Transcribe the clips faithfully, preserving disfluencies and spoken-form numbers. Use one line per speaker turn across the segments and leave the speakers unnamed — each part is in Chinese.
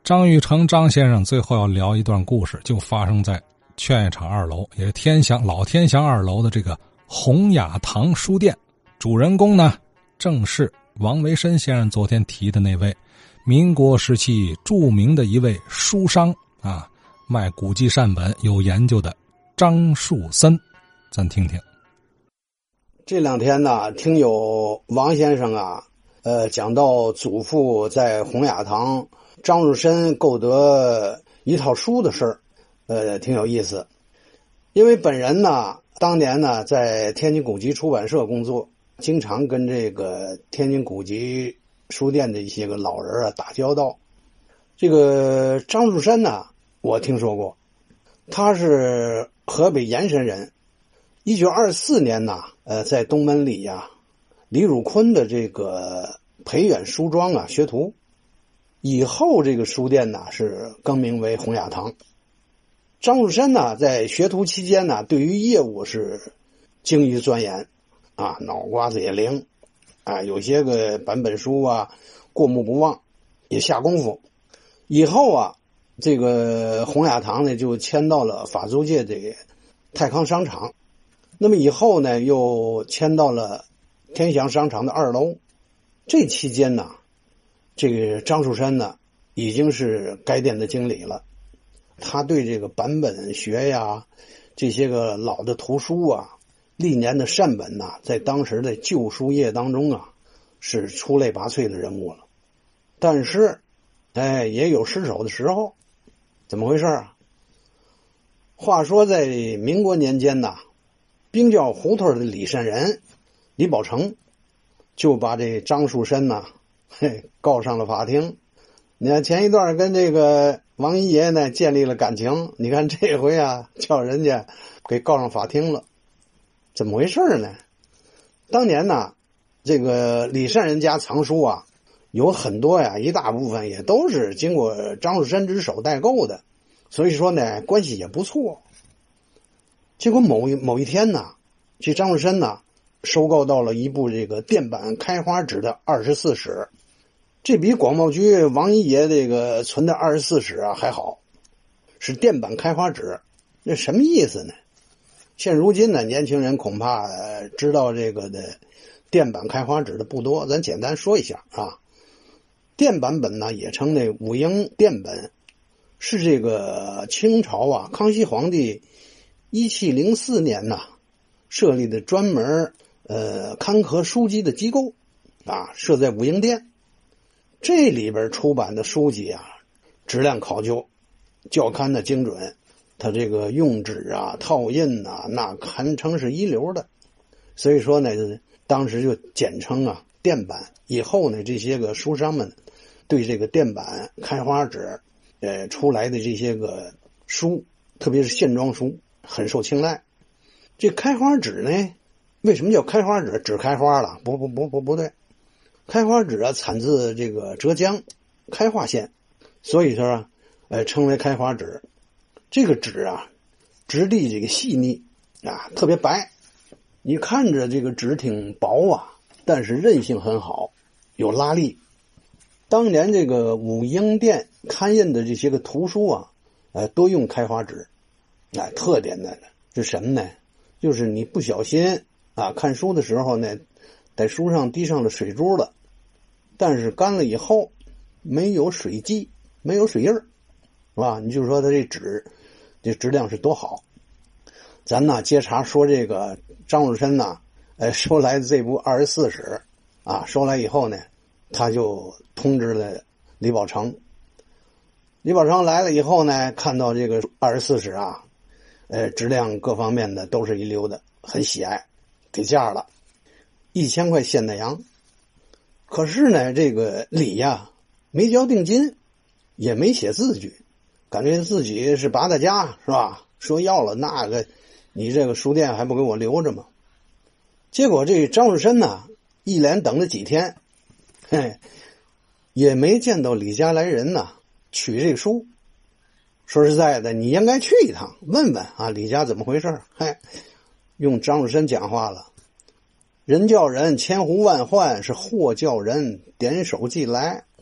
张玉成张先生最后要聊一段故事，就发生在劝业场二楼，也是天祥老天祥二楼的这个洪雅堂书店。主人公呢，正是王维申先生昨天提的那位民国时期著名的一位书商啊，卖古籍善本有研究的张树森。咱听听。
这两天呢，听有王先生啊，呃，讲到祖父在洪雅堂张树森购得一套书的事儿，呃，挺有意思。因为本人呢，当年呢在天津古籍出版社工作，经常跟这个天津古籍书店的一些个老人啊打交道。这个张树森呢，我听说过，他是河北盐山人。一九二四年呢，呃，在东门里呀、啊，李汝坤的这个培远书庄啊学徒，以后这个书店呢是更名为洪雅堂。张树森呢在学徒期间呢，对于业务是精于钻研啊，脑瓜子也灵啊，有些个版本书啊过目不忘，也下功夫。以后啊，这个洪雅堂呢就迁到了法租界的泰康商场。那么以后呢，又迁到了天祥商场的二楼。这期间呢，这个张树森呢，已经是该店的经理了。他对这个版本学呀，这些个老的图书啊，历年的善本呐、啊，在当时的旧书业当中啊，是出类拔萃的人物了。但是，哎，也有失手的时候。怎么回事啊？话说在民国年间呐，冰窖胡同的李善人李宝成就把这张树森呐，嘿，告上了法庭。你看前一段跟这个王一爷呢建立了感情，你看这回啊叫人家给告上法庭了。怎么回事呢？当年呢，这个李善人家藏书啊，有很多呀，一大部分也都是经过张树森之手代购的，所以说呢关系也不错。结果某一某一天呢，这张树森呢收购到了一部这个电版开花纸的二十四史，这比广茂居王一爷这个存的二十四史啊还好，是电版开花纸。那什么意思呢？现如今呢，年轻人恐怕、呃、知道这个的电版开花纸的不多，咱简单说一下啊。电版本呢也称那五英电本，是这个清朝啊康熙皇帝一七零四年呐设立的专门呃刊刻书籍的机构啊，设在武英殿。这里边出版的书籍啊，质量考究，校勘的精准，它这个用纸啊、套印啊，那堪称是一流的。所以说呢，当时就简称啊电版。以后呢，这些个书商们对这个电版开花纸呃出来的这些个书，特别是线装书，很受青睐。这开花纸呢，为什么叫开花纸？纸开花了？不不不不不对，开花纸啊产自这个浙江开化县，所以说啊，呃称为开花纸。这个纸啊，质地这个细腻啊，特别白。你看着这个纸挺薄啊，但是韧性很好，有拉力。当年这个武英殿刊印的这些个图书啊，呃，都用开花纸。哎，特点呢是什么呢？就是你不小心啊，看书的时候呢，在书上滴上了水珠了，但是干了以后没有水迹，没有水印儿，是吧？你就说它这纸这质量是多好。咱呢接茬说这个张树森呢，呃，收来的这部二十四史啊，收来以后呢，他就通知了李宝成。李宝成来了以后呢，看到这个二十四史啊，呃，质量各方面的都是一流的，很喜爱，给价了一千块现代洋。可是呢，这个李呀没交定金，也没写字据，感觉自己是八大家是吧？说要了那个，你这个书店还不给我留着吗？结果这张树森呢，一连等了几天，嘿，也没见到李家来人呐，取这个书。说实在的，你应该去一趟，问问啊，李家怎么回事？嘿，用张树森讲话了，人叫人千呼万唤，是货叫人点手即来。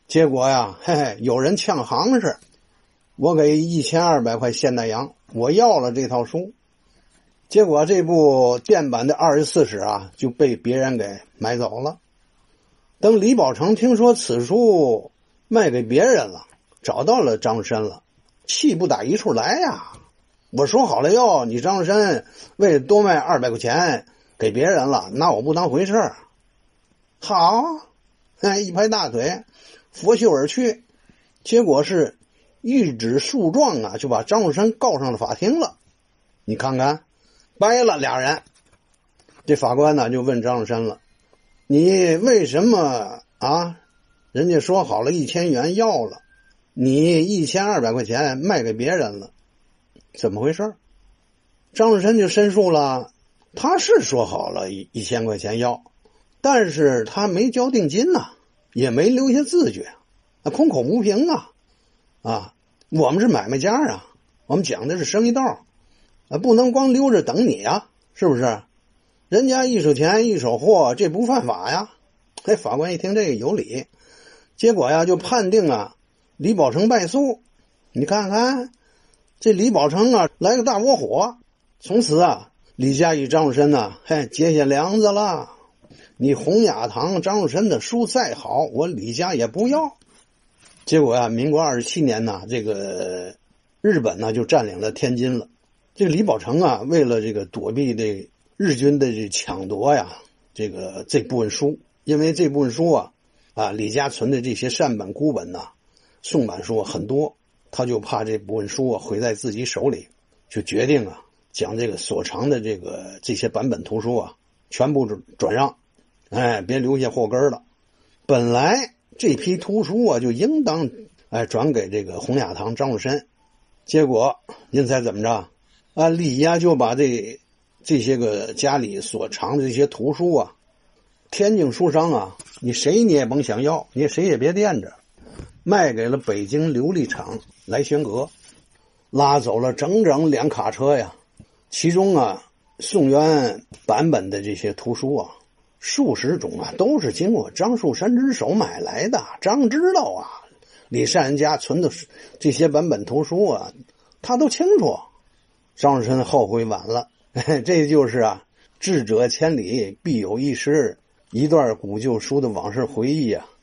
结果呀，嘿嘿，有人呛行市，我给一千二百块现代洋，我要了这套书。结果这部电版的二十四史啊，就被别人给买走了。等李宝成听说此书卖给别人了，找到了张士深了，气不打一处来呀！我说好了要你张士深为了多卖二百块钱给别人了，那我不当回事儿。好，哎，一拍大腿，拂袖而去。结果是一纸诉状啊，就把张士深告上了法庭了。你看看，掰了俩人。这法官呢就问张士深了，你为什么啊？人家说好了一千元要了，你一千二百块钱卖给别人了，怎么回事？张士深就申诉了，他是说好了一一千块钱要，但是他没交定金呐、啊，也没留下字据啊，空口无凭啊！啊，我们是买卖家啊，我们讲的是生意道啊，不能光留着等你啊，是不是？人家一手钱一手货，这不犯法呀。哎，法官一听这个有理，结果呀就判定啊李宝成败诉。你看看这李宝成啊来个大窝火，从此啊李家与张士深呢、啊，嘿结下梁子了。你洪雅堂张士深的书再好，我李家也不要。结果啊民国二十七年呢，这个日本呢就占领了天津了。这个李宝成啊为了这个躲避这日军的这抢夺呀，这个这部分书，因为这部分书啊，啊李家存的这些善本孤本呐、啊，宋版书很多，他就怕这部分书啊毁在自己手里，就决定啊将这个所藏的这个这些版本图书啊全部转让，哎，别留下祸根了。本来这批图书啊就应当哎转给这个洪雅堂张士深，结果您猜怎么着啊？李家就把这这些个家里所藏的这些图书啊，天津书商啊，你谁你也甭想要，你谁也别惦着，卖给了北京琉璃厂来轩阁，拉走了整整两卡车呀。其中啊宋元版本的这些图书啊，数十种啊都是经过张树山之手买来的。张知道啊李善人家存的这些版本图书啊，他都清楚。张士深后悔晚了，这就是啊智者千里必有一失，一段古旧书的往事回忆啊。